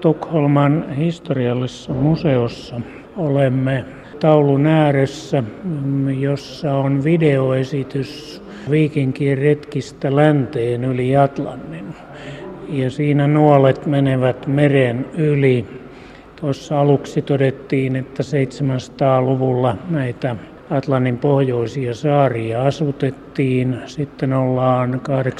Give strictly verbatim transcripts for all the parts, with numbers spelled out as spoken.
Tukholman historiallisessa museossa olemme taulun ääressä, jossa on videoesitys viikinkien retkistä länteen yli Atlantin. Ja siinä nuolet menevät meren yli. Tuossa aluksi todettiin, että seitsemänsataa-luvulla näitä Atlantin pohjoisia saaria asutettiin. Sitten ollaan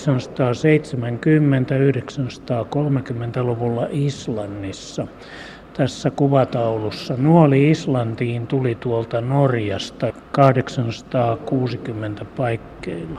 kahdeksansataaseitsemänkymmentä-yhdeksänsataakolmekymmentäluvulla Islannissa. Tässä kuvataulussa nuoli Islantiin tuli tuolta Norjasta kahdeksansataakuusikymmentä paikkeilla.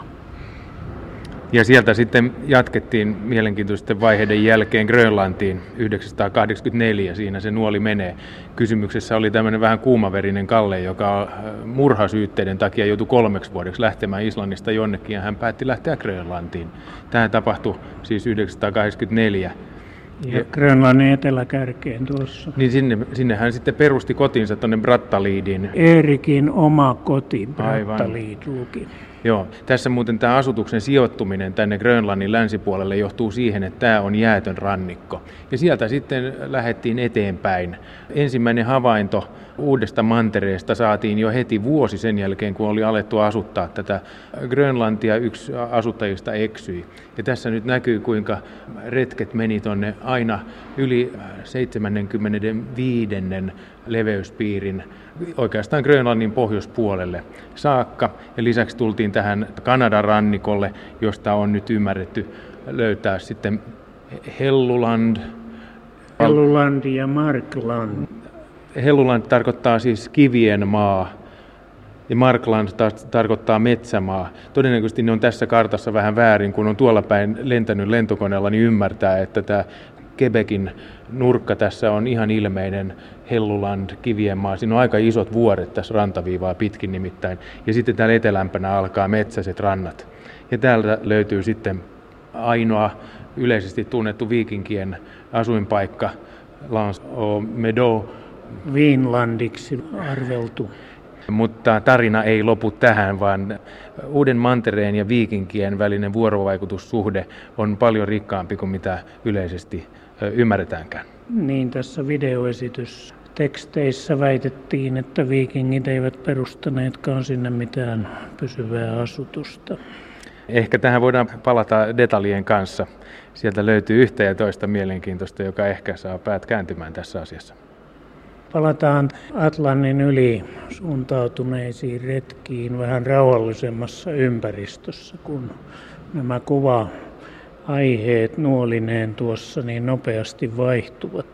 Ja sieltä sitten jatkettiin mielenkiintoisten vaiheiden jälkeen Grönlantiin yhdeksänsataakahdeksankymmentäneljä, siinä se nuoli menee. Kysymyksessä oli tämmöinen vähän kuumaverinen Kalle, joka murhasyytteiden takia joutui kolmeksi vuodeksi lähtemään Islannista jonnekin ja hän päätti lähteä Grönlantiin. Tämä tapahtui siis yhdeksänsataakahdeksankymmentäneljä. Ja Grönlannin eteläkärkeen tuossa. Niin sinne, sinne hän sitten perusti kotinsa tuonne Brattaliidiin. Eerikin oma koti, Brattaliid luki. Joo, tässä muuten tämä asutuksen sijoittuminen tänne Grönlannin länsipuolelle johtuu siihen, että tämä on jäätön rannikko. Ja sieltä sitten lähdettiin eteenpäin. Ensimmäinen havainto uudesta mantereesta saatiin jo heti vuosi sen jälkeen, kun oli alettu asuttaa tätä Grönlantia. Yksi asuttajista eksyi. Ja tässä nyt näkyy, kuinka retket meni tuonne aina yli seitsemänkymmentäviisi leveyspiirin oikeastaan Grönlannin pohjoispuolelle saakka. Ja lisäksi tultiin tähän Kanadan rannikolle, josta on nyt ymmärretty löytää sitten Helluland. Helluland ja Markland. Helluland tarkoittaa siis kivien maa ja Markland taas tarkoittaa metsämaa. Todennäköisesti ne on tässä kartassa vähän väärin, kun on tuolla päin lentänyt lentokoneella, niin ymmärtää, että tämä Quebecin nurkka tässä on ihan ilmeinen Helluland, kivien maa. Siinä on aika isot vuoret tässä rantaviivaa pitkin nimittäin. Ja sitten täällä etelämpänä alkaa metsäiset rannat. Ja täältä löytyy sitten ainoa yleisesti tunnettu viikinkien asuinpaikka, L'Anse aux Meadows. Viinlandiksi arveltu. Mutta tarina ei lopu tähän, vaan uuden mantereen ja viikinkien välinen vuorovaikutussuhde on paljon rikkaampi kuin mitä yleisesti ymmärretäänkään. Niin, tässä videoesitysteksteissä väitettiin, että viikingit eivät perustaneetkaan sinne mitään pysyvää asutusta. Ehkä tähän voidaan palata detaljien kanssa. Sieltä löytyy yhtä ja toista mielenkiintoista, joka ehkä saa päät kääntymään tässä asiassa. Palataan Atlantin yli suuntautuneisiin retkiin vähän rauhallisemmassa ympäristössä, kun nämä kuva-aiheet nuolineen tuossa niin nopeasti vaihtuvat.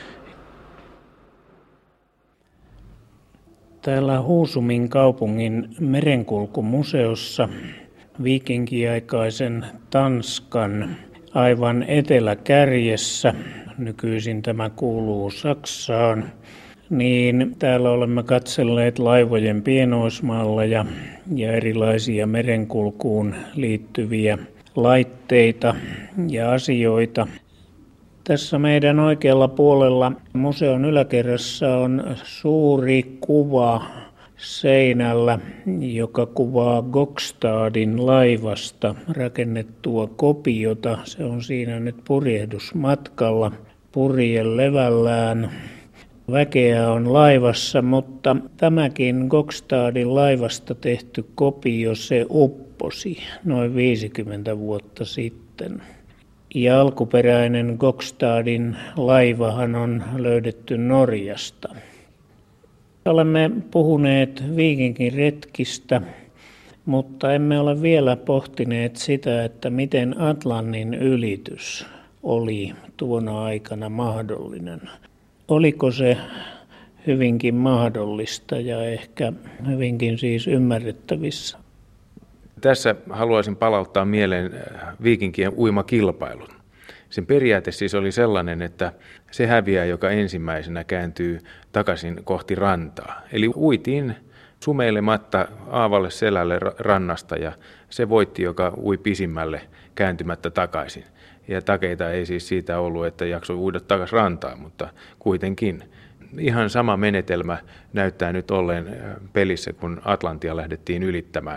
Täällä Husumin kaupungin merenkulkumuseossa viikinkiaikaisen Tanskan aivan eteläkärjessä, nykyisin tämä kuuluu Saksaan, niin täällä olemme katselleet laivojen pienoismalleja ja erilaisia merenkulkuun liittyviä laitteita ja asioita. Tässä meidän oikealla puolella museon yläkerrassa on suuri kuva seinällä, joka kuvaa Gokstadin laivasta rakennettua kopiota. Se on siinä nyt purjehdusmatkalla, purje levällään. Väkeä on laivassa, mutta tämäkin Gokstadin laivasta tehty kopio, se upposi noin viisikymmentä vuotta sitten. Ja alkuperäinen Gokstadin laivahan on löydetty Norjasta. Olemme puhuneet viikinkin retkistä, mutta emme ole vielä pohtineet sitä, että miten Atlantin ylitys oli tuona aikana mahdollinen. Oliko se hyvinkin mahdollista ja ehkä hyvinkin siis ymmärrettävissä? Tässä haluaisin palauttaa mieleen viikinkien uimakilpailun. Sen periaate siis oli sellainen, että se häviää, joka ensimmäisenä kääntyy takaisin kohti rantaa. Eli uitiin sumeilematta aavalle selälle rannasta ja se voitti, joka ui pisimmälle kääntymättä takaisin. Ja takeita ei siis siitä ollut, että jaksoi uida takaisin rantaan, mutta kuitenkin. Ihan sama menetelmä näyttää nyt olleen pelissä, kun Atlantia lähdettiin ylittämään.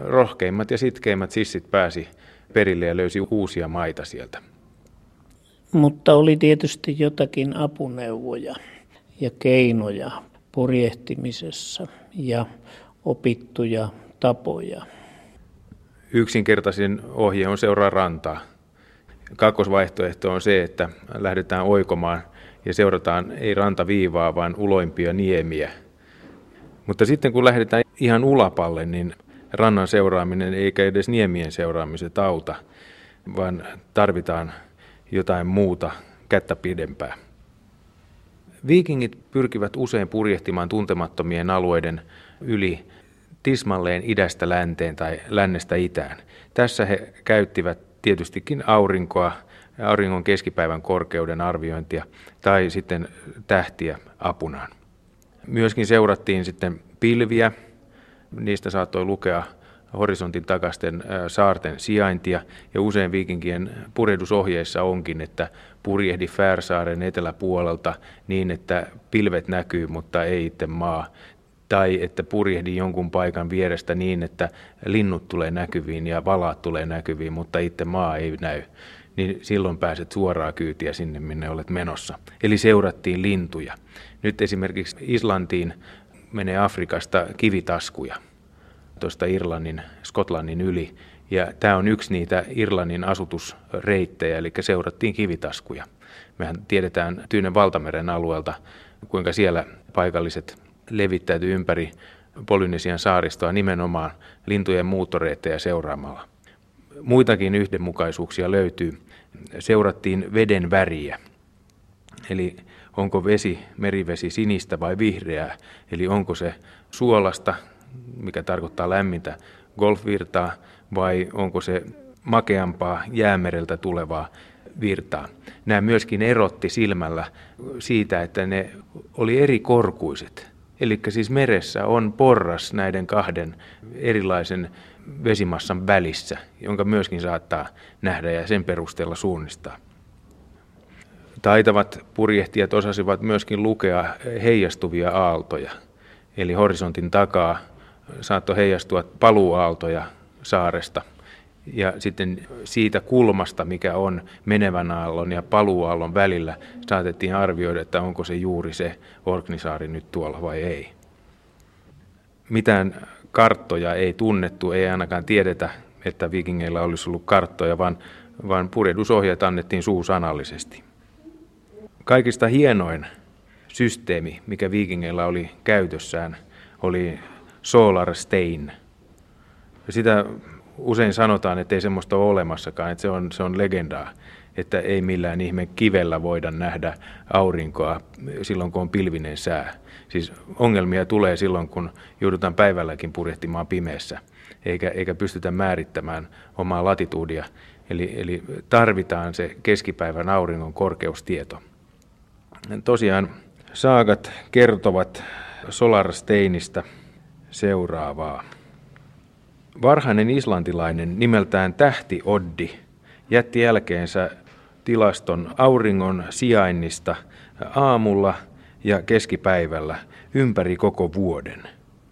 Rohkeimmat ja sitkeimmat sissit pääsi perille ja löysi uusia maita sieltä. Mutta oli tietysti jotakin apuneuvoja ja keinoja purjehtimisessa ja opittuja tapoja. Yksinkertaisin ohje on seuraa rantaa. Kakkosvaihtoehto on se, että lähdetään oikomaan ja seurataan ei rantaviivaa, vaan uloimpia niemiä. Mutta sitten kun lähdetään ihan ulapalle, niin rannan seuraaminen eikä edes niemien seuraamiset auta, vaan tarvitaan jotain muuta kättä pidempää. Viikingit pyrkivät usein purjehtimaan tuntemattomien alueiden yli tismalleen idästä länteen tai lännestä itään. Tässä he käyttivät tietystikin aurinkoa, auringon keskipäivän korkeuden arviointia tai sitten tähtiä apunaan. Myöskin seurattiin sitten pilviä, niistä saattoi lukea horisontin takaisten saarten sijaintia, ja usein viikinkien purjehdusohjeissa onkin, että purjehdi Färsaaren eteläpuolelta niin, että pilvet näkyy, mutta ei itse maa, tai että purjehdi jonkun paikan vierestä niin, että linnut tulee näkyviin ja valaat tulee näkyviin, mutta itse maa ei näy, niin silloin pääset suoraa kyytiä sinne, minne olet menossa. Eli seurattiin lintuja. Nyt esimerkiksi Islantiin menee Afrikasta kivitaskuja tuosta Irlannin, Skotlannin yli. Ja tämä on yksi niitä Irlannin asutusreittejä, eli seurattiin kivitaskuja. Mehän tiedetään Tyynen valtameren alueelta, kuinka siellä paikalliset levittäytyi ympäri Polynesian saaristoa nimenomaan lintujen muuttoreittejä seuraamalla. Muitakin yhdenmukaisuuksia löytyy. Seurattiin veden väriä, eli onko vesi, merivesi sinistä vai vihreää, eli onko se suolasta, mikä tarkoittaa lämmintä golfvirtaa, vai onko se makeampaa jäämereltä tulevaa virtaa. Nämä myöskin erotti silmällä siitä, että ne oli eri korkuiset. Eli siis meressä on porras näiden kahden erilaisen vesimassan välissä, jonka myöskin saattaa nähdä ja sen perusteella suunnistaa. Taitavat purjehtijat osasivat myöskin lukea heijastuvia aaltoja, eli horisontin takaa saattoi heijastua paluuaaltoja saaresta. Ja sitten siitä kulmasta, mikä on menevän aallon ja paluuaallon välillä, saatettiin arvioida, että onko se juuri se Orkneysaari nyt tuolla vai ei. Mitään karttoja ei tunnettu, ei ainakaan tiedetä, että viikingeillä olisi ollut karttoja, vaan, vaan purjehdusohjeet annettiin suusanallisesti. Kaikista hienoin systeemi, mikä viikingeillä oli käytössään, oli Solarstein. Sitä usein sanotaan, että ei semmoista ole olemassakaan, että se on, se on legendaa, että ei millään ihme kivellä voida nähdä aurinkoa silloin, kun on pilvinen sää. Siis ongelmia tulee silloin, kun joudutaan päivälläkin purjehtimaan pimeässä, eikä, eikä pystytä määrittämään omaa latituudia. Eli, eli tarvitaan se keskipäivän auringon korkeustieto. Tosiaan saagat kertovat Solarsteinista seuraavaa. Varhainen islantilainen nimeltään Tähti Oddi jätti jälkeensä tilaston auringon sijainnista aamulla ja keskipäivällä ympäri koko vuoden.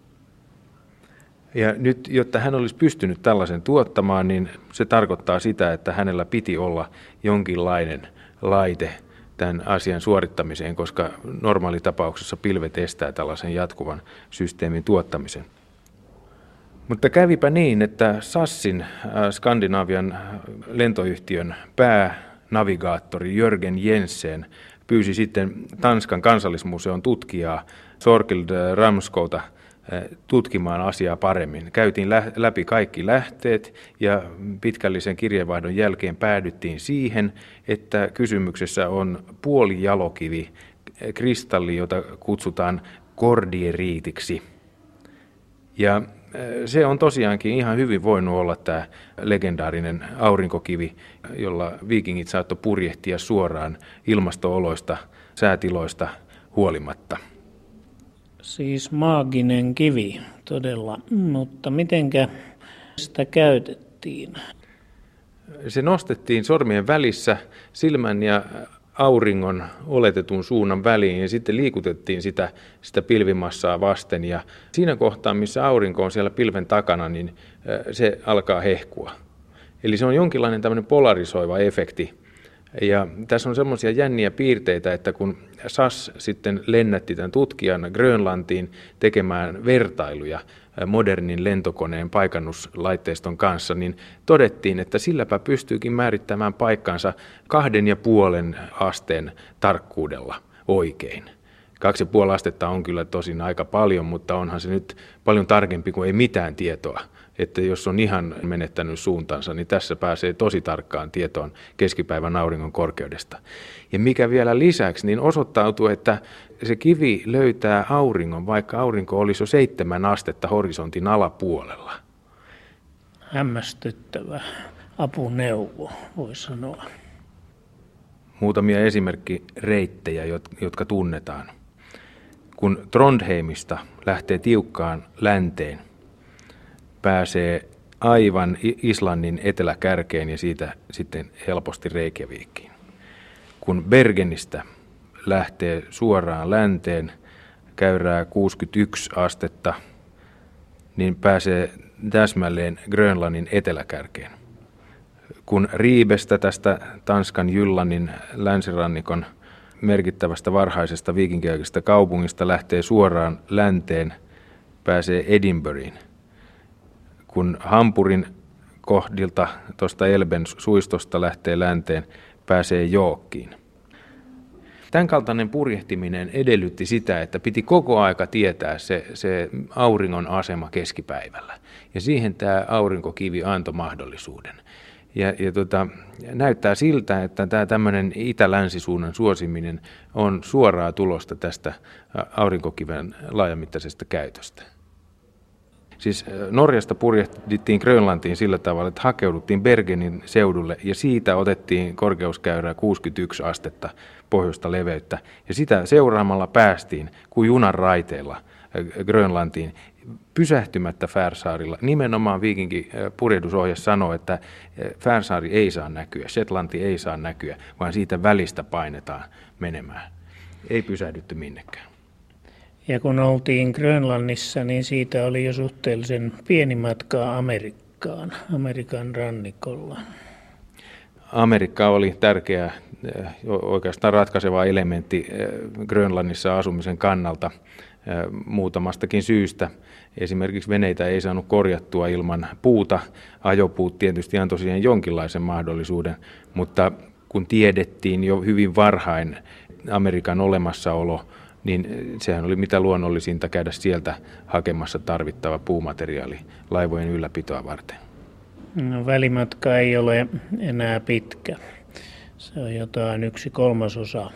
Ja nyt, jotta hän olisi pystynyt tällaisen tuottamaan, niin se tarkoittaa sitä, että hänellä piti olla jonkinlainen laite tämän asian suorittamiseen, koska normaalitapauksessa pilvet estää tällaisen jatkuvan systeemin tuottamisen. Mutta kävipä niin, että Sassin, Skandinavian lentoyhtiön päänavigaattori Jörgen Jensen pyysi sitten Tanskan kansallismuseon tutkijaa Thorkild Ramskouta tutkimaan asiaa paremmin. Käytiin läpi kaikki lähteet ja pitkällisen kirjeenvaihdon jälkeen päädyttiin siihen, että kysymyksessä on puolijalokivi, kristalli, jota kutsutaan kordieriitiksi. Ja se on tosiaankin ihan hyvin voinut olla tämä legendaarinen aurinkokivi, jolla viikingit saattoi purjehtia suoraan ilmasto-oloista, säätiloista huolimatta. Siis maaginen kivi todella, mutta mitenkä sitä käytettiin? Se nostettiin sormien välissä silmän ja auringon oletetun suunnan väliin ja sitten liikutettiin sitä, sitä pilvimassaa vasten. Ja siinä kohtaa, missä aurinko on siellä pilven takana, niin se alkaa hehkua. Eli se on jonkinlainen tämmöinen polarisoiva efekti Ja tässä on semmoisia jänniä piirteitä, että kun S A S sitten lennätti tämän tutkijan Grönlantiin tekemään vertailuja modernin lentokoneen paikannuslaitteiston kanssa, niin todettiin, että silläpä pystyykin määrittämään paikkansa kahden ja puolen asteen tarkkuudella oikein. Kaksi ja puoli astetta on kyllä tosin aika paljon, mutta onhan se nyt paljon tarkempi kuin ei mitään tietoa. Että jos on ihan menettänyt suuntansa, niin tässä pääsee tosi tarkkaan tietoon keskipäivän auringon korkeudesta. Ja mikä vielä lisäksi, niin osoittautuu, että se kivi löytää auringon, vaikka aurinko olisi jo seitsemän astetta horisontin alapuolella. Hämmästyttävä apuneuvo, voi sanoa. Muutamia esimerkkireittejä, jotka tunnetaan. Kun Trondheimista lähtee tiukkaan länteen, pääsee aivan Islannin eteläkärkeen ja siitä sitten helposti Reykjavikiin. Kun Bergenistä lähtee suoraan länteen, käyrää kuusikymmentäyksi astetta, niin pääsee täsmälleen Grönlannin eteläkärkeen. Kun Riibestä, tästä Tanskan Jyllannin länsirannikon merkittävästä varhaisesta viikinkiaikaisesta kaupungista, lähtee suoraan länteen, pääsee Edinburghiin. Kun Hampurin kohdilta tuosta Elben suistosta lähtee länteen, pääsee Jookkiin. Tämän kaltainen purjehtiminen edellytti sitä, että piti koko aika tietää se, se auringon asema keskipäivällä. Ja siihen tämä aurinkokivi antoi mahdollisuuden. Ja, ja tota, näyttää siltä, että tämä tämmöinen itä-länsisuunnan suosiminen on suoraa tulosta tästä aurinkokiven laajamittaisesta käytöstä. Siis Norjasta purjehdittiin Grönlantiin sillä tavalla, että hakeuduttiin Bergenin seudulle ja siitä otettiin korkeuskäyrää kuusikymmentäyksi astetta pohjoista leveyttä. Ja sitä seuraamalla päästiin kuin junan raiteilla Grönlantiin pysähtymättä Färsaarilla. Nimenomaan viikinki purjehdusohje sanoo, että Färsaari ei saa näkyä, Shetlanti ei saa näkyä, vaan siitä välistä painetaan menemään. Ei pysähdytty minnekään. Ja kun oltiin Grönlannissa, niin siitä oli jo suhteellisen pieni matka Amerikkaan, Amerikan rannikolla. Amerikka oli tärkeä, oikeastaan ratkaiseva elementti Grönlannissa asumisen kannalta muutamastakin syystä. Esimerkiksi veneitä ei saanut korjattua ilman puuta. Ajopuut tietysti antoi siihen jonkinlaisen mahdollisuuden, mutta kun tiedettiin jo hyvin varhain Amerikan olemassaolo, niin sehän oli mitä luonnollisinta käydä sieltä hakemassa tarvittava puumateriaali laivojen ylläpitoa varten. No, välimatka ei ole enää pitkä. Se on jotain yksi kolmasosa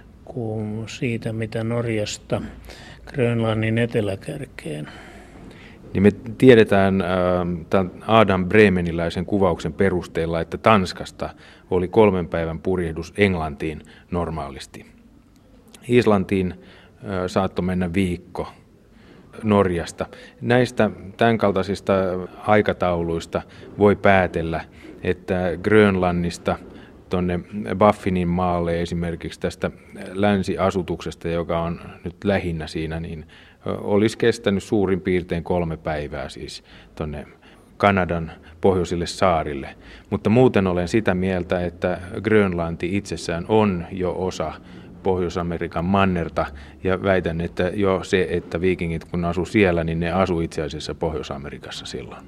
kuin siitä, mitä Norjasta Grönlannin eteläkärkeen. Niin me tiedetään äh, tämän Adam Bremeniläisen kuvauksen perusteella, että Tanskasta oli kolmen päivän purjehdus Englantiin normaalisti. Islantiin äh, saattoi mennä viikko Norjasta. Näistä tämänkaltaisista aikatauluista voi päätellä, että Grönlannista tuonne Baffinin maalle esimerkiksi tästä länsiasutuksesta, joka on nyt lähinnä siinä, niin olisi kestänyt suurin piirtein kolme päivää siis tuonne Kanadan pohjoisille saarille. Mutta muuten olen sitä mieltä, että Grönlanti itsessään on jo osa Pohjois-Amerikan mannerta, ja väitän, että jo se, että viikingit kun asu siellä, niin ne asu itse asiassa Pohjois-Amerikassa silloin.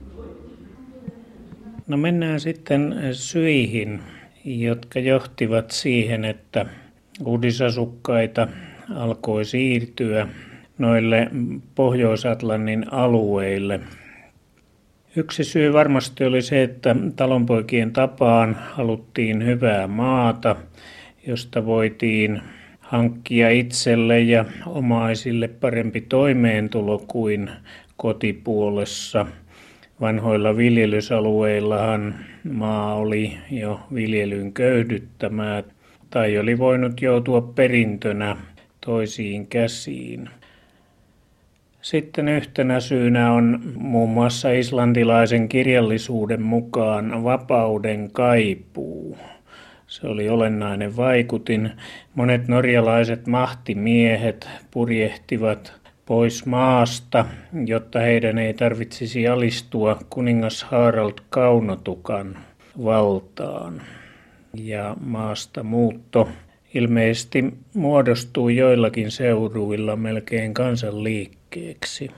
No mennään sitten syihin, jotka johtivat siihen, että uudisasukkaita alkoi siirtyä noille Pohjois-Atlantin alueille. Yksi syy varmasti oli se, että talonpoikien tapaan haluttiin hyvää maata, josta voitiin hankkia itselle ja omaisille parempi toimeentulo kuin kotipuolessa. Vanhoilla viljelysalueillahan maa oli jo viljelyn köyhdyttämää tai oli voinut joutua perintönä toisiin käsiin. Sitten yhtenä syynä on muun muassa islantilaisen kirjallisuuden mukaan vapauden kaipuu. Se oli olennainen vaikutin. Monet norjalaiset mahtimiehet purjehtivat pois maasta, jotta heidän ei tarvitsisi alistua kuningas Harald Kaunotukan valtaan. ja maasta muutto ilmeisesti muodostuu joillakin seuduilla melkein kansanliikkeeksi.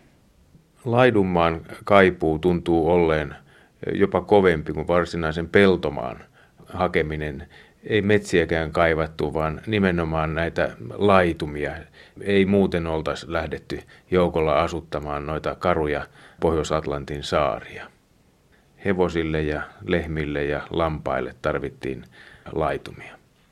Laidunmaan kaipuu tuntuu olleen jopa kovempi kuin varsinaisen peltomaan hakeminen. Ei metsiäkään kaivattu, vaan nimenomaan näitä laitumia. Ei muuten oltaisi lähdetty joukolla asuttamaan noita karuja Pohjois-Atlantin saaria. Hevosille ja lehmille ja lampaille tarvittiin laitumia.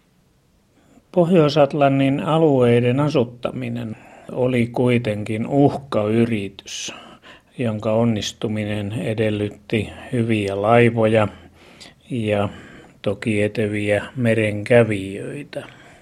Pohjois-Atlantin alueiden asuttaminen oli kuitenkin uhkayritys, jonka onnistuminen edellytti hyviä laivoja ja toki eteviä merenkävijöitä.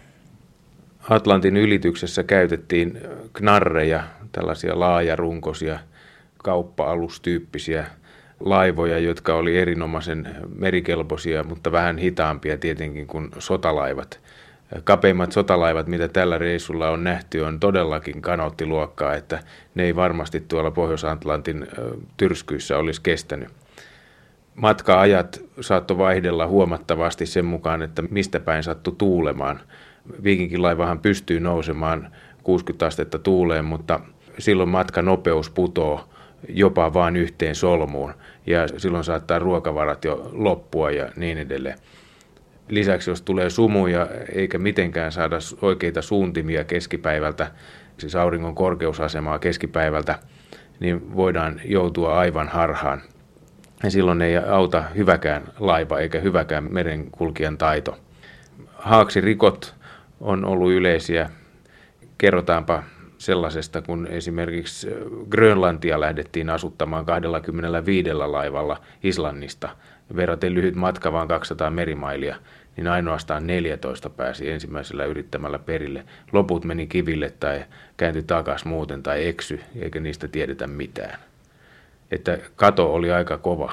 Atlantin ylityksessä käytettiin knarreja, tällaisia laajarunkoisia kauppa-alustyyppisiä laivoja, jotka oli erinomaisen merikelpoisia, mutta vähän hitaampia tietenkin kuin sotalaivat. Kapeimmat sotalaivat, mitä tällä reissulla on nähty, on todellakin kanoottiluokkaa, että ne ei varmasti tuolla Pohjois-Atlantin tyrskyissä olisi kestänyt. Matka-ajat saattoi vaihdella huomattavasti sen mukaan, että mistä päin sattui tuulemaan. Viikinkilaivahan pystyy nousemaan kuusikymmentä astetta tuuleen, mutta silloin matkanopeus putoo jopa vain yhteen solmuun ja silloin saattaa ruokavarat jo loppua ja niin edelleen. Lisäksi jos tulee sumuja eikä mitenkään saada oikeita suuntimia keskipäivältä, siis auringon korkeusasemaa keskipäivältä, niin voidaan joutua aivan harhaan. Ja silloin ei auta hyväkään laiva eikä hyväkään merenkulkijan taito. Haaksirikot on ollut yleisiä. Kerrotaanpa sellaisesta, kun esimerkiksi Grönlantia lähdettiin asuttamaan kaksikymmentäviisi laivalla Islannista. Verraten lyhyt matka, vaan kaksisataa merimailia, niin ainoastaan neljätoista pääsi ensimmäisellä yrittämällä perille. Loput meni kiville tai kääntyi takaisin muuten tai eksy, eikä niistä tiedetä mitään. Että kato oli aika kova.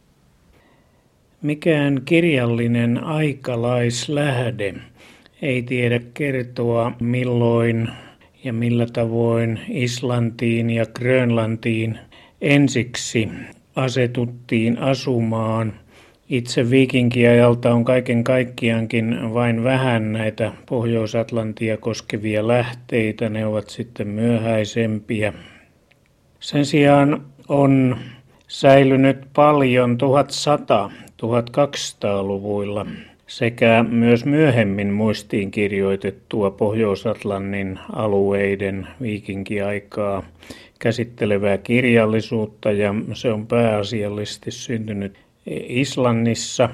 Mikään kirjallinen aikalaislähde ei tiedä kertoa milloin ja millä tavoin Islantiin ja Grönlantiin ensiksi asetuttiin asumaan. Itse viikinkiajalta on kaiken kaikkiaankin vain vähän näitä Pohjois-Atlantia koskevia lähteitä, ne ovat sitten myöhäisempiä. Sen sijaan on säilynyt paljon tuhatsata- ja tuhatkaksisataaluvuilla sekä myös myöhemmin muistiin kirjoitettua Pohjois-Atlantin alueiden viikinkiaikaa käsittelevää kirjallisuutta, ja se on pääasiallisesti syntynyt Islannissa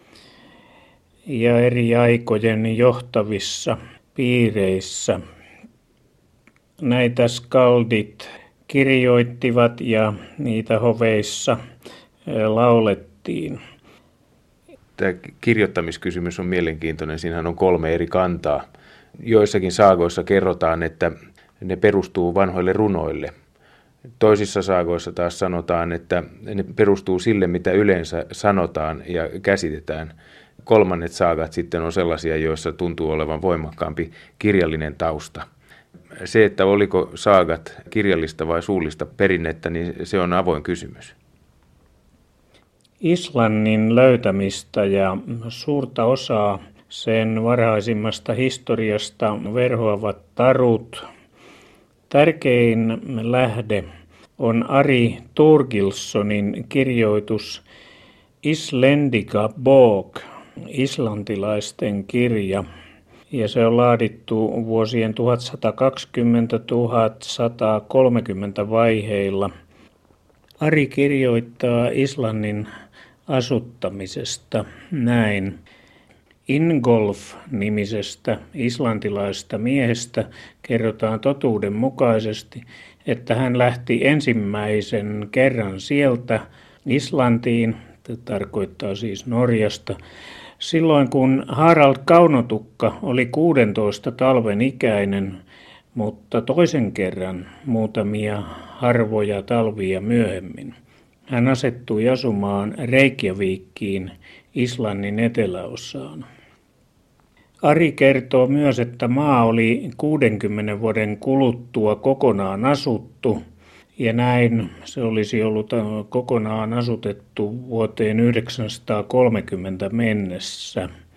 ja eri aikojen johtavissa piireissä. Näitä skaldit kirjoittivat ja niitä hoveissa laulettiin. Tämä kirjoittamiskysymys on mielenkiintoinen. Siinähän on kolme eri kantaa. Joissakin saagoissa kerrotaan, että ne perustuu vanhoille runoille. Toisissa saagoissa taas sanotaan, että ne perustuu sille, mitä yleensä sanotaan ja käsitetään. Kolmannet saagat sitten on sellaisia, joissa tuntuu olevan voimakkaampi kirjallinen tausta. Se, että oliko saagat kirjallista vai suullista perinnettä, niin se on avoin kysymys. Islannin löytämistä ja suurta osaa sen varhaisimmasta historiasta verhoavat tarut. Tärkein lähde on Ari Thorgilssonin kirjoitus Islendica Bok, islantilaisten kirja, ja se on laadittu vuosien tuhatsataakaksikymmentä - tuhatsatakolmekymmentä vaiheilla. Ari kirjoittaa Islannin asuttamisesta näin. Ingolf-nimisestä islantilaisesta miehestä kerrotaan totuuden mukaisesti, että hän lähti ensimmäisen kerran sieltä Islantiin, tämä tarkoittaa siis Norjasta, silloin kun Harald Kaunotukka oli kuudentoista talven ikäinen, mutta toisen kerran muutamia harvoja talvia myöhemmin. Hän asettui asumaan Reykjavikkiin, Islannin eteläosaan. Ari kertoo myös, että maa oli kuudenkymmenen vuoden kuluttua kokonaan asuttu, ja näin se olisi ollut kokonaan asutettu vuoteen yhdeksänsataakolmekymmentä mennessä.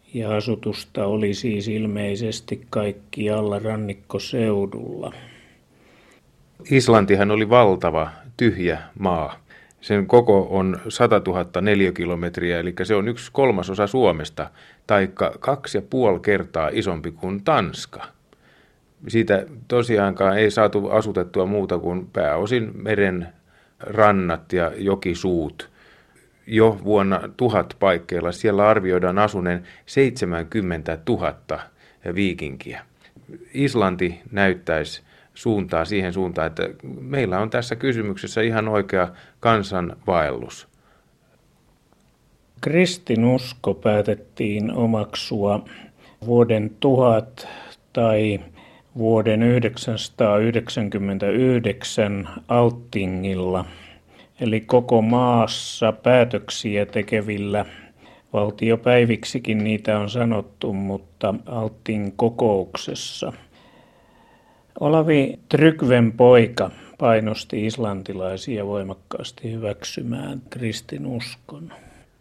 ja asutusta oli siis ilmeisesti kaikkialla rannikkoseudulla. Islantihan oli valtava, tyhjä maa. Sen koko on satatuhatta neliökilometriä, eli se on yksi kolmasosa Suomesta, taikka kaksi ja puoli kertaa isompi kuin Tanska. Siitä tosiaankaan ei saatu asutettua muuta kuin pääosin meren rannat ja jokisuut. Jo vuonna tuhat paikkeilla siellä arvioidaan asuneen seitsemänkymmentätuhatta viikinkiä. Islanti näyttäisi suuntaa siihen suuntaan, että meillä on tässä kysymyksessä ihan oikea kansanvaellus. Kristinusko päätettiin omaksua vuoden tuhat tai vuoden yhdeksänsataayhdeksänkymmentäyhdeksän Althingilla, eli koko maassa päätöksiä tekevillä valtiopäiviksikin niitä on sanottu, mutta Althing kokouksessa. Olavi Trygven poika painosti islantilaisia voimakkaasti hyväksymään kristinuskon.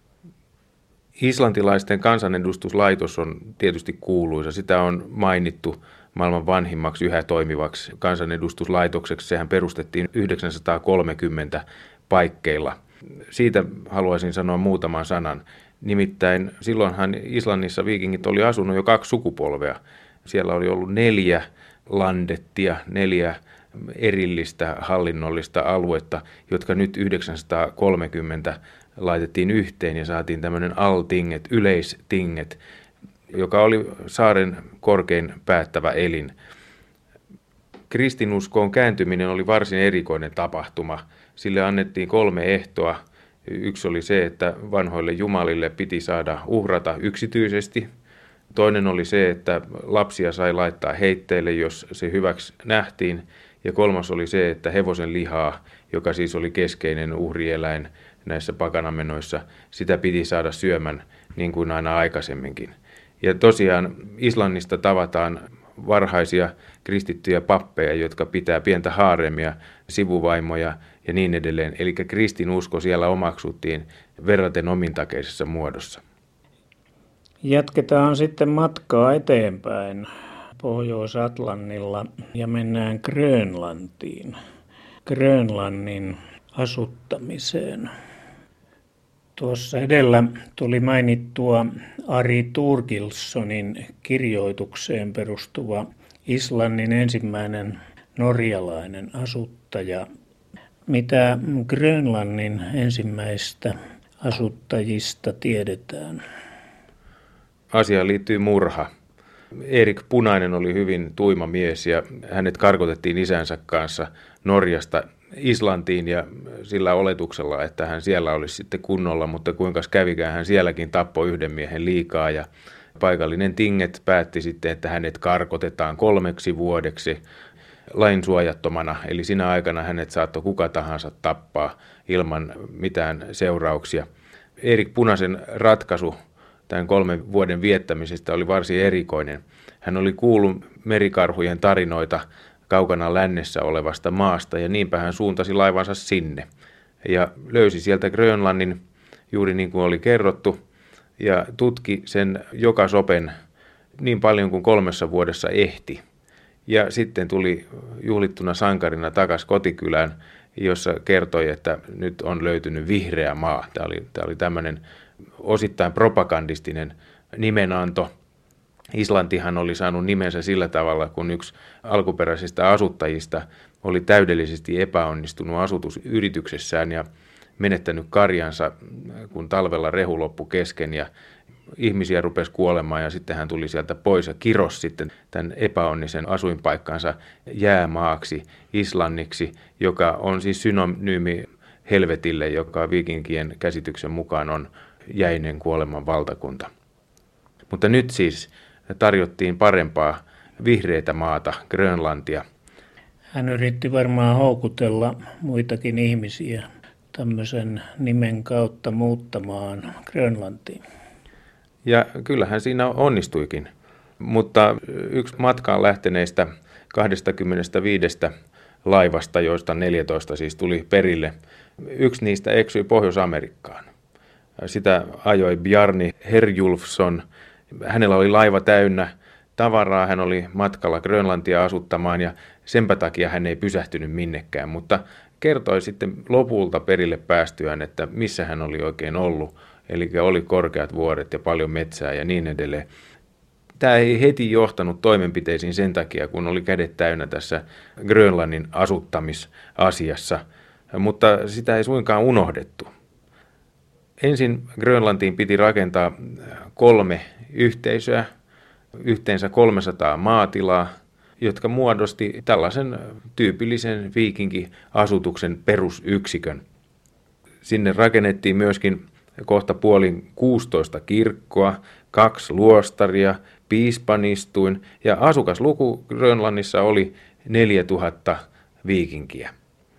Islantilaisten kansanedustuslaitos on tietysti kuuluisa. Sitä on mainittu maailman vanhimmaksi yhä toimivaksi kansanedustuslaitokseksi. Sehän perustettiin yhdeksänsataakolmekymmentä paikkeilla. Siitä haluaisin sanoa muutaman sanan. Nimittäin silloinhan Islannissa viikingit oli asunut jo kaksi sukupolvea. Siellä oli ollut neljä landettia, neljä erillistä hallinnollista aluetta, jotka nyt yhdeksänsataakolmekymmentä laitettiin yhteen ja saatiin tämmöinen altinget, yleistinget, joka oli saaren korkein päättävä elin. Kristinuskoon kääntyminen oli varsin erikoinen tapahtuma. Sille annettiin kolme ehtoa. Yksi oli se, että vanhoille jumalille piti saada uhrata yksityisesti. Toinen oli se, että lapsia sai laittaa heitteille, jos se hyväksi nähtiin. Ja kolmas oli se, että hevosen lihaa, joka siis oli keskeinen uhrieläin näissä pakanamenoissa, sitä piti saada syömän niin kuin aina aikaisemminkin. Ja tosiaan Islannista tavataan varhaisia kristittyjä pappeja, jotka pitää pientä haaremia, sivuvaimoja ja niin edelleen. Eli kristinusko siellä omaksuttiin verraten omintakeisessa muodossa. Jatketaan sitten matkaa eteenpäin Pohjois-Atlantilla ja mennään Grönlantiin, Grönlannin asuttamiseen. Tuossa edellä tuli mainittua Ari Thorgilssonin kirjoitukseen perustuva Islannin ensimmäinen norjalainen asuttaja. Mitä Grönlannin ensimmäistä asuttajista tiedetään? Asiaan liittyy murha. Erik Punainen oli hyvin tuima mies ja hänet karkotettiin isänsä kanssa Norjasta Islantiin ja sillä oletuksella, että hän siellä olisi sitten kunnolla, mutta kuinka kävikään, hän sielläkin tappoi yhden miehen liikaa ja paikallinen tinget päätti sitten, että hänet karkotetaan kolmeksi vuodeksi lain suojattomana, eli sinä aikana hänet saattoi kuka tahansa tappaa ilman mitään seurauksia. Erik Punaisen ratkaisu tämän kolmen vuoden viettämisestä oli varsin erikoinen. Hän oli kuullut merikarhujen tarinoita kaukana lännessä olevasta maasta ja niinpä hän suuntasi laivansa sinne. Ja löysi sieltä Grönlannin juuri niin kuin oli kerrottu ja tutki sen joka sopen niin paljon kuin kolmessa vuodessa ehti. Ja sitten tuli juhlittuna sankarina takaisin kotikylään, jossa kertoi, että nyt on löytynyt vihreä maa. Tämä oli, tämä oli tämmöinen osittain propagandistinen nimenanto. Islantihan oli saanut nimensä sillä tavalla, kun yksi alkuperäisistä asuttajista oli täydellisesti epäonnistunut asutusyrityksessään ja menettänyt karjansa, kun talvella rehu loppui kesken ja ihmisiä rupesi kuolemaan ja sitten hän tuli sieltä pois ja kirosi sitten tämän epäonnisen asuinpaikkansa jäämaaksi, Islanniksi, joka on siis synonyymi helvetille, joka viikinkien käsityksen mukaan on jäinen kuoleman valtakunta. Mutta nyt siis tarjottiin parempaa vihreätä maata, Grönlantia. Hän yritti varmaan houkutella muitakin ihmisiä tämmöisen nimen kautta muuttamaan Grönlantiin. Ja kyllähän siinä onnistuikin, mutta yksi matkaan lähteneistä kaksikymmentäviisi laivasta, joista neljätoista siis tuli perille, yksi niistä eksyi Pohjois-Amerikkaan. Sitä ajoi Bjarni Herjulfsson Hänellä oli laiva täynnä tavaraa, hän oli matkalla Grönlantia asuttamaan ja senpä takia hän ei pysähtynyt minnekään, mutta kertoi sitten lopulta perille päästyään, että missä hän oli oikein ollut. Eli oli korkeat vuoret ja paljon metsää ja niin edelleen. Tämä ei heti johtanut toimenpiteisiin sen takia, kun oli kädet täynnä tässä Grönlannin asuttamisasiassa, mutta sitä ei suinkaan unohdettu. Ensin Grönlantiin piti rakentaa kolme yhteisöä, yhteensä kolmesataa maatilaa, jotka muodosti tällaisen tyypillisen viikinkiasutuksen perusyksikön. Sinne rakennettiin myöskin kohta puolin kuusitoista kirkkoa, kaksi luostaria, piispanistuin ja asukasluku Grönlannissa oli neljätuhatta viikinkiä.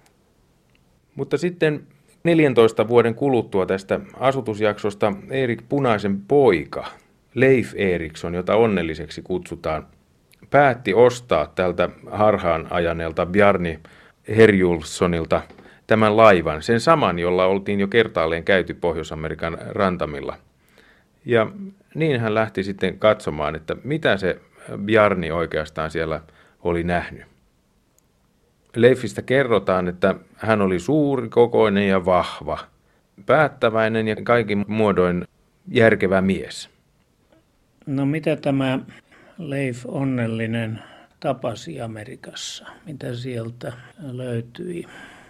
Mutta sitten neljäntoista vuoden kuluttua tästä asutusjaksosta Erik Punaisen poika, Leif Eriksson, jota onnelliseksi kutsutaan, päätti ostaa tältä harhaan ajaneelta Bjarni Herjulfssonilta tämän laivan, sen saman, jolla oltiin jo kertaalleen käyty Pohjois-Amerikan rantamilla. Ja niin hän lähti sitten katsomaan, että mitä se Bjarni oikeastaan siellä oli nähnyt. Leifistä kerrotaan, että hän oli suuri, kokoinen ja vahva, päättäväinen ja kaikin muodoin järkevä mies. No mitä tämä Leif Onnellinen tapasi Amerikassa? Mitä sieltä löytyi?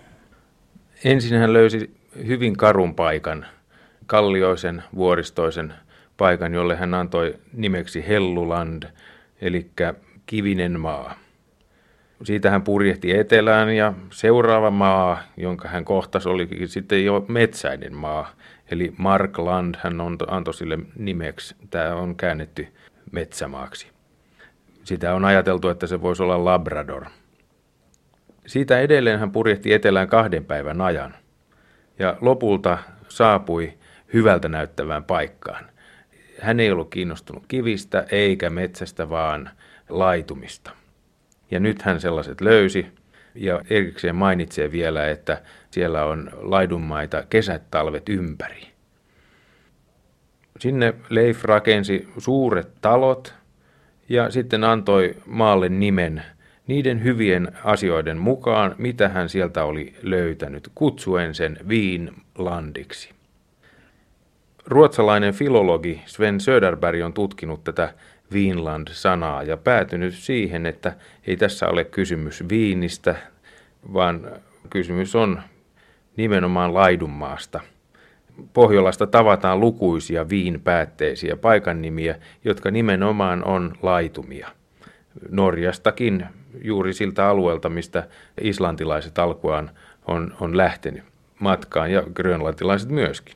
Ensin hän löysi hyvin karun paikan, kallioisen, vuoristoisen paikan, jolle hän antoi nimeksi Helluland, eli kivinen maa. Siitä hän purjehti etelään ja seuraava maa, jonka hän kohtasi, oli sitten jo metsäinen maa, eli Markland hän antoi sille nimeksi. Tämä on käännetty metsämaaksi. Sitä on ajateltu, että se voisi olla Labrador. Siitä edelleen hän purjehti etelään kahden päivän ajan ja lopulta saapui hyvältä näyttävään paikkaan. Hän ei ollut kiinnostunut kivistä eikä metsästä, vaan laitumista. Ja nyt hän sellaiset löysi ja erikseen mainitsee vielä, että siellä on laidunmaita kesät talvet ympäri. Sinne Leif rakensi suuret talot ja sitten antoi maalle nimen niiden hyvien asioiden mukaan, mitä hän sieltä oli löytänyt, kutsuen sen Vinlandiksi. Ruotsalainen filologi Sven Söderberg on tutkinut tätä Vinland-sanaa ja päätynyt siihen, että ei tässä ole kysymys viinistä, vaan kysymys on nimenomaan laidunmaasta. Pohjolasta tavataan lukuisia viinpäätteisiä paikannimiä, jotka nimenomaan on laitumia. Norjastakin juuri siltä alueelta, mistä islantilaiset alkuaan on, on lähtenyt matkaan ja grönlantilaiset myöskin.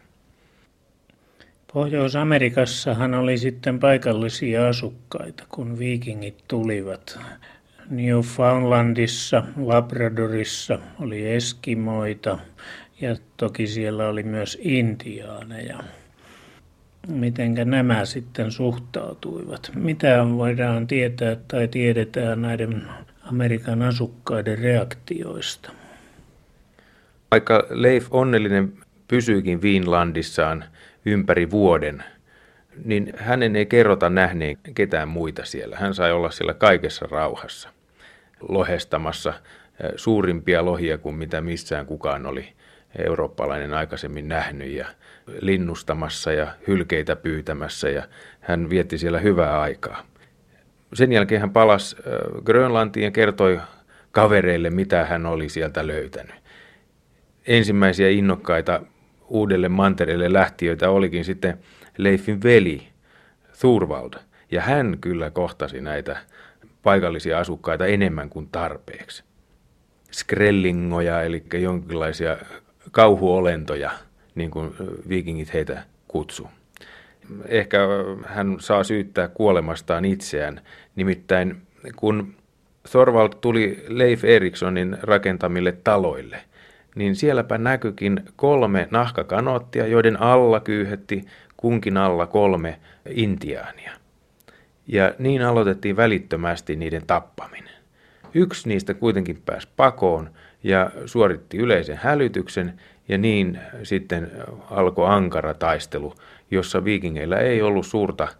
Pohjois-Amerikassahan oli sitten paikallisia asukkaita, kun viikingit tulivat. Newfoundlandissa, Labradorissa oli eskimoita ja toki siellä oli myös intiaaneja. Mitenkä nämä sitten suhtautuivat? Mitä voidaan tietää tai tiedetään näiden Amerikan asukkaiden reaktioista? Vaikka Leif Onnellinen pysyikin Vinlandissaan ympäri vuoden, niin hänen ei kerrota nähneen ketään muita siellä. Hän sai olla siellä kaikessa rauhassa, lohestamassa suurimpia lohia kuin mitä missään kukaan oli eurooppalainen aikaisemmin nähnyt ja linnustamassa ja hylkeitä pyytämässä ja hän vietti siellä hyvää aikaa. Sen jälkeen hän palasi Grönlantiin ja kertoi kavereille, mitä hän oli sieltä löytänyt. Ensimmäisiä innokkaita uudelle mantereelle lähtiöitä olikin sitten Leifin veli Thorvald, ja hän kyllä kohtasi näitä paikallisia asukkaita enemmän kuin tarpeeksi. Skrellingoja, eli jonkinlaisia kauhuolentoja, niin kuin viikingit heitä kutsuu. Ehkä hän saa syyttää kuolemastaan itseään, nimittäin kun Thorvald tuli Leif Erikssonin rakentamille taloille, niin sielläpä näkyikin kolme nahkakanoottia, joiden alla kyyhetti kunkin alla kolme intiaania. Ja niin aloitettiin välittömästi niiden tappaminen. Yksi niistä kuitenkin pääsi pakoon ja suoritti yleisen hälytyksen, ja niin sitten alkoi ankara taistelu, jossa viikingeillä ei ollut suurta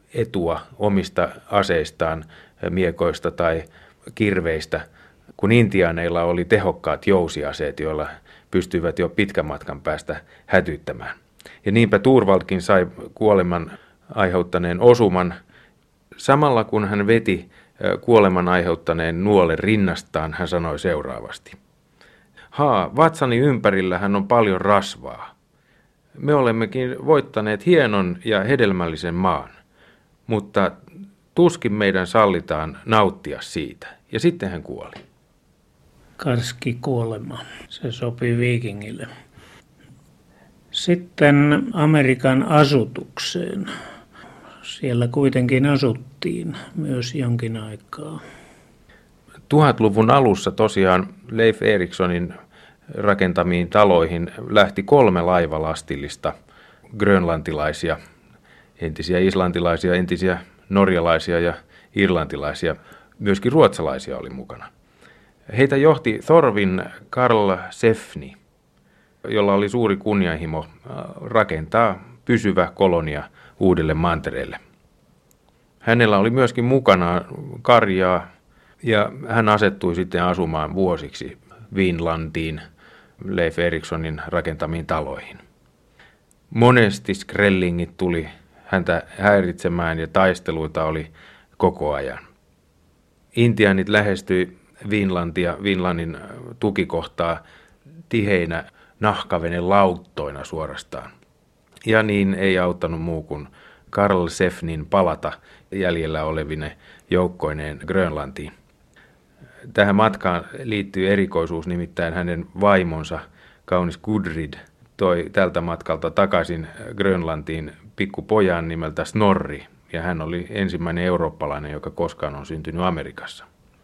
etua omista aseistaan, miekoista tai kirveistä, kun intiaaneilla oli tehokkaat jousiaseet, joilla pystyivät jo pitkän matkan päästä hätyttämään. Ja niinpä Thorvaldkin sai kuoleman aiheuttaneen osuman. Samalla kun hän veti kuoleman aiheuttaneen nuolen rinnastaan, hän sanoi seuraavasti. Haa, vatsani ympärillähän on paljon rasvaa. Me olemmekin voittaneet hienon ja hedelmällisen maan, mutta tuskin meidän sallitaan nauttia siitä. Ja sitten hän kuoli. Karski kuolema. Se sopi viikingille. Sitten Amerikan asutukseen. Siellä kuitenkin asuttiin myös jonkin aikaa. Tuhatluvun alussa tosiaan Leif Erikssonin rakentamiin taloihin lähti kolme laivalastillista grönlantilaisia, entisiä islantilaisia, entisiä norjalaisia ja irlantilaisia. Myöskin ruotsalaisia oli mukana. Heitä johti Thorvin Karl Sefni, jolla oli suuri kunnianhimo rakentaa pysyvä kolonia uudelle mantereelle. Hänellä oli myöskin mukana karjaa ja hän asettui sitten asumaan vuosiksi Vinlantiin Leif Erikssonin rakentamiin taloihin. Monesti skrellingit tuli häntä häiritsemään ja taisteluita oli koko ajan. Intiaanit lähestyi Vinlantia, Vinlannin tukikohtaa tiheinä nahkavenen lauttoina suorastaan. Ja niin ei auttanut muu kuin Karl Sefnin palata jäljellä olevine joukkoineen Grönlantiin. Tähän matkaan liittyy erikoisuus, nimittäin hänen vaimonsa, kaunis Gudrid, toi tältä matkalta takaisin Grönlantiin pikkupojan nimeltä Snorri, ja hän oli ensimmäinen eurooppalainen, joka koskaan on syntynyt Amerikassa.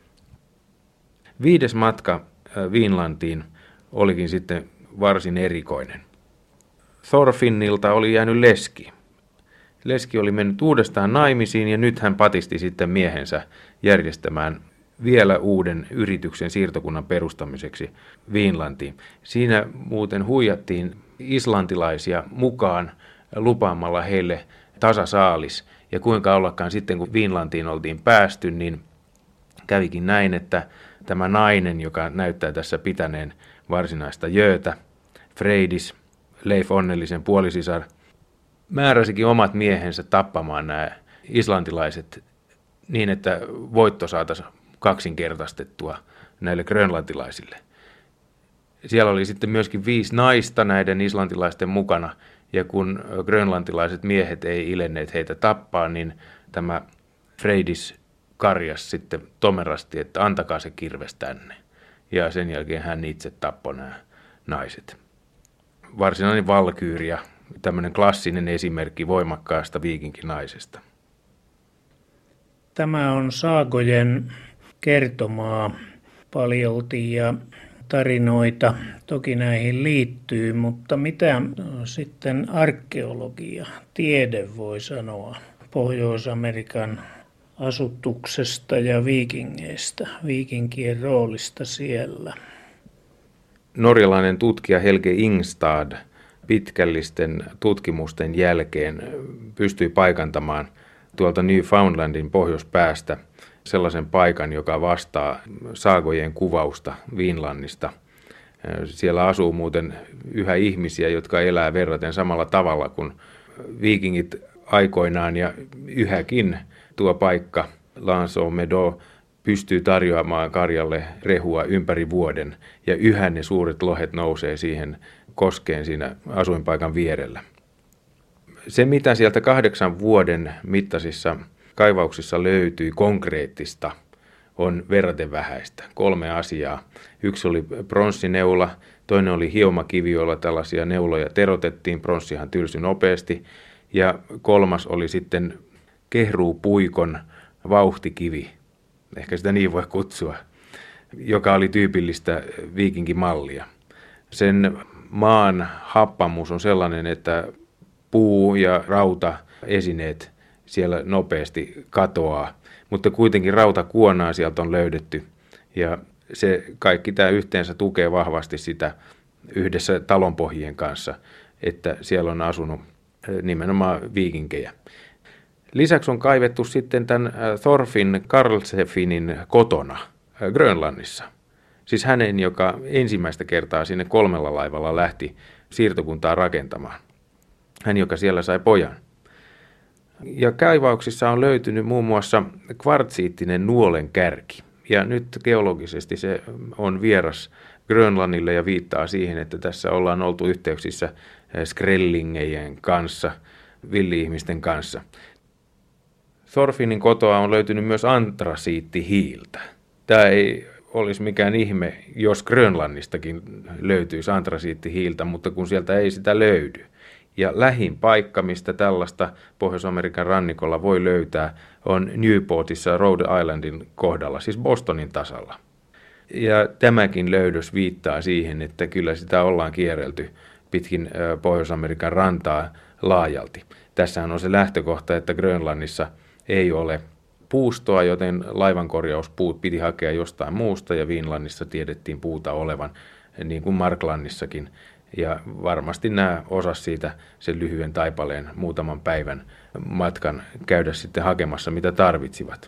Viides matka Vinlantiin olikin sitten varsin erikoinen. Thorfinnilta oli jäänyt leski. Leski oli mennyt uudestaan naimisiin ja nyt hän patisti sitten miehensä järjestämään vielä uuden yrityksen siirtokunnan perustamiseksi Vinlantiin. Siinä muuten huijattiin islantilaisia mukaan lupaamalla heille tasasaalis. Ja kuinka ollakaan sitten, kun Vinlantiin oltiin päästy, niin kävikin näin, että tämä nainen, joka näyttää tässä pitäneen varsinaista jöötä, Freydis, Leif Onnellisen puolisisar, määräsikin omat miehensä tappamaan nämä islantilaiset niin, että voitto saataisiin kaksinkertaistettua näille grönlantilaisille. Siellä oli sitten myöskin viisi naista näiden islantilaisten mukana, ja kun grönlantilaiset miehet ei ilenneet heitä tappaa, niin tämä Freydis karjas sitten tomerasti, että antakaa se kirves tänne. Ja sen jälkeen hän itse tappoi nämä naiset. Varsinainen valkyyria, tämmöinen klassinen esimerkki voimakkaasta viikinkinaisesta. Tämä on saagojen kertomaa paljolti ja tarinoita toki näihin liittyy, mutta mitä sitten arkeologia, tiede voi sanoa Pohjois-Amerikan asutuksesta ja viikingeistä, viikinkien roolista siellä? Norjalainen tutkija Helge Ingstad pitkällisten tutkimusten jälkeen pystyi paikantamaan tuolta Newfoundlandin pohjoispäästä sellaisen paikan, joka vastaa saagojen kuvausta Vinlannista. Siellä asuu muuten yhä ihmisiä, jotka elää verraten samalla tavalla kuin viikingit aikoinaan, ja yhäkin tuo paikka Lanso-Medo pystyy tarjoamaan karjalle rehua ympäri vuoden, ja yhä ne suuret lohet nousee siihen koskeen siinä asuinpaikan vierellä. Se, mitä sieltä kahdeksan vuoden mittaisissa kaivauksissa löytyi konkreettista, on verraten vähäistä. Kolme asiaa. Yksi oli pronssineula, toinen oli hiomakivi, jolla tällaisia neuloja terotettiin, pronssihan tylsyi nopeasti, ja kolmas oli sitten kehruupuikon vauhtikivi, ehkä sitä niin voi kutsua, joka oli tyypillistä viikinkimallia. Sen maan happamuus on sellainen, että puu- ja rautaesineet siellä nopeasti katoaa, mutta kuitenkin rautakuonaa sieltä on löydetty, ja se kaikki tämä yhteensä tukee vahvasti sitä yhdessä talonpohjien kanssa, että siellä on asunut nimenomaan viikinkejä. Lisäksi on kaivettu sitten tämän Thorfinn Karlsefinin kotona Grönlannissa. Siis hänen, joka ensimmäistä kertaa sinne kolmella laivalla lähti siirtokuntaa rakentamaan. Hän, joka siellä sai pojan. Ja kaivauksissa on löytynyt muun muassa kvartsiittinen nuolen kärki. Ja nyt geologisesti se on vieras Grönlannille ja viittaa siihen, että tässä ollaan oltu yhteyksissä skrellingejen kanssa, villi-ihmisten kanssa. Thorfinnin kotoa on löytynyt myös antrasiittihiiltä. Tämä ei olisi mikään ihme, jos Grönlannistakin löytyisi antrasiittihiiltä, mutta kun sieltä ei sitä löydy. Ja lähin paikka, mistä tällaista Pohjois-Amerikan rannikolla voi löytää, on Newportissa Rhode Islandin kohdalla, siis Bostonin tasalla. Ja tämäkin löydös viittaa siihen, että kyllä sitä ollaan kierrelty pitkin Pohjois-Amerikan rantaa laajalti. Tässähän on se lähtökohta, että Grönlannissa ei ole puustoa, joten laivankorjauspuut piti hakea jostain muusta, ja Vinlannissa tiedettiin puuta olevan, niin kuin Marklannissakin. Ja varmasti nämä osas siitä sen lyhyen taipaleen muutaman päivän matkan käydä sitten hakemassa, mitä tarvitsivat.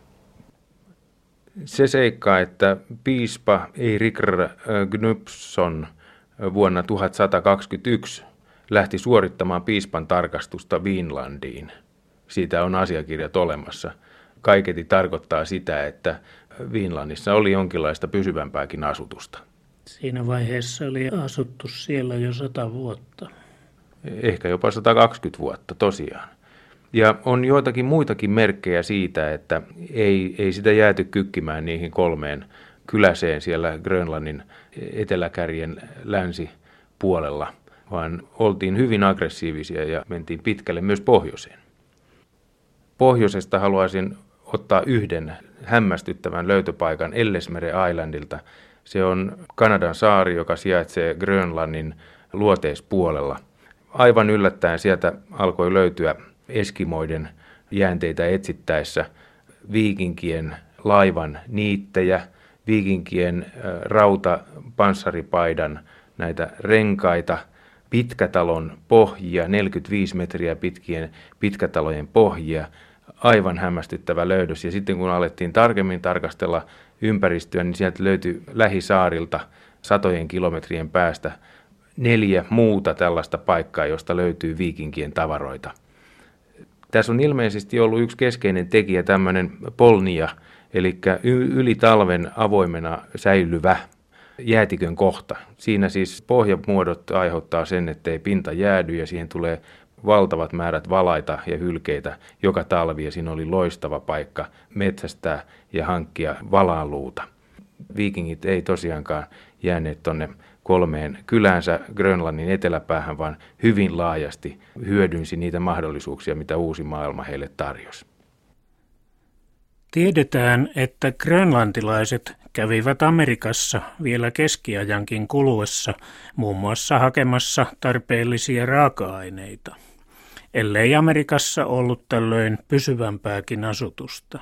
Se seikka, että piispa Eirikr Gnupsson vuonna tuhatsataakaksikymmentäyksi lähti suorittamaan piispan tarkastusta Vinlandiin. Siitä on asiakirjat olemassa. Kaiketi tarkoittaa sitä, että Vinlannissa oli jonkinlaista pysyvämpääkin asutusta. Siinä vaiheessa oli asuttu siellä jo sata vuotta. Ehkä jopa sata kaksikymmentä vuotta tosiaan. Ja on joitakin muitakin merkkejä siitä, että ei, ei sitä jääty kykkimään niihin kolmeen kyläseen siellä Grönlannin eteläkärjen länsipuolella, vaan oltiin hyvin aggressiivisia ja mentiin pitkälle myös pohjoiseen. Pohjoisesta haluaisin ottaa yhden hämmästyttävän löytöpaikan Ellesmere Islandilta. Se on Kanadan saari, joka sijaitsee Grönlannin luoteispuolella. Aivan yllättäen sieltä alkoi löytyä eskimoiden jäänteitä etsittäessä viikinkien laivan niittejä, viikinkien rautapanssaripaidan näitä renkaita, pitkätalon pohjia, neljäkymmentäviisi metriä pitkien pitkätalojen pohjia. Aivan hämmästyttävä löydös. Ja sitten kun alettiin tarkemmin tarkastella ympäristöä, niin sieltä löytyi lähisaarilta satojen kilometrien päästä neljä muuta tällaista paikkaa, josta löytyy viikinkien tavaroita. Tässä on ilmeisesti ollut yksi keskeinen tekijä tämmöinen polnia, eli yli talven avoimena säilyvä jäätikön kohta. Siinä siis pohjamuodot aiheuttaa sen, ettei pinta jäädy ja siihen tulee valtavat määrät valaita ja hylkeitä joka talvi, ja siinä oli loistava paikka metsästää ja hankkia valaanluuta. Viikingit ei tosiaankaan jääneet tonne kolmeen kylänsä Grönlannin eteläpäähän, vaan hyvin laajasti hyödynsi niitä mahdollisuuksia, mitä uusi maailma heille tarjosi. Tiedetään, että grönlantilaiset kävivät Amerikassa vielä keskiajankin kuluessa muun muassa hakemassa tarpeellisia raaka-aineita, ellei Amerikassa ollut tällöin pysyvämpääkin asutusta.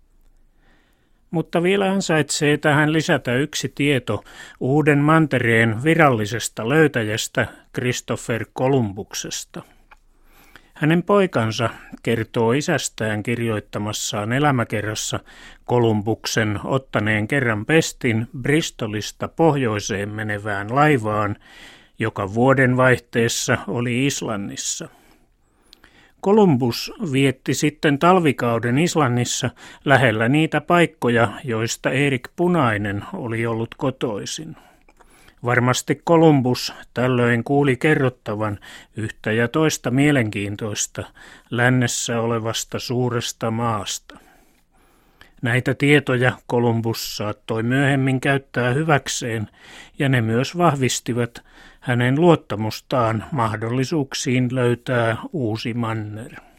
Mutta vielä ansaitsee tähän lisätä yksi tieto uuden mantereen virallisesta löytäjästä Christopher Columbuksesta. Hänen poikansa kertoo isästään kirjoittamassaan elämäkerrassa Columbuksen ottaneen kerran pestin Bristolista pohjoiseen menevään laivaan, joka vuoden vaihteessa oli Islannissa. Columbus vietti sitten talvikauden Islannissa lähellä niitä paikkoja, joista Erik Punainen oli ollut kotoisin. Varmasti Columbus tällöin kuuli kerrottavan yhtä ja toista mielenkiintoista lännessä olevasta suuresta maasta. Näitä tietoja Columbus saattoi myöhemmin käyttää hyväkseen, ja ne myös vahvistivat hänen luottamustaan mahdollisuuksiin löytää uusi manner.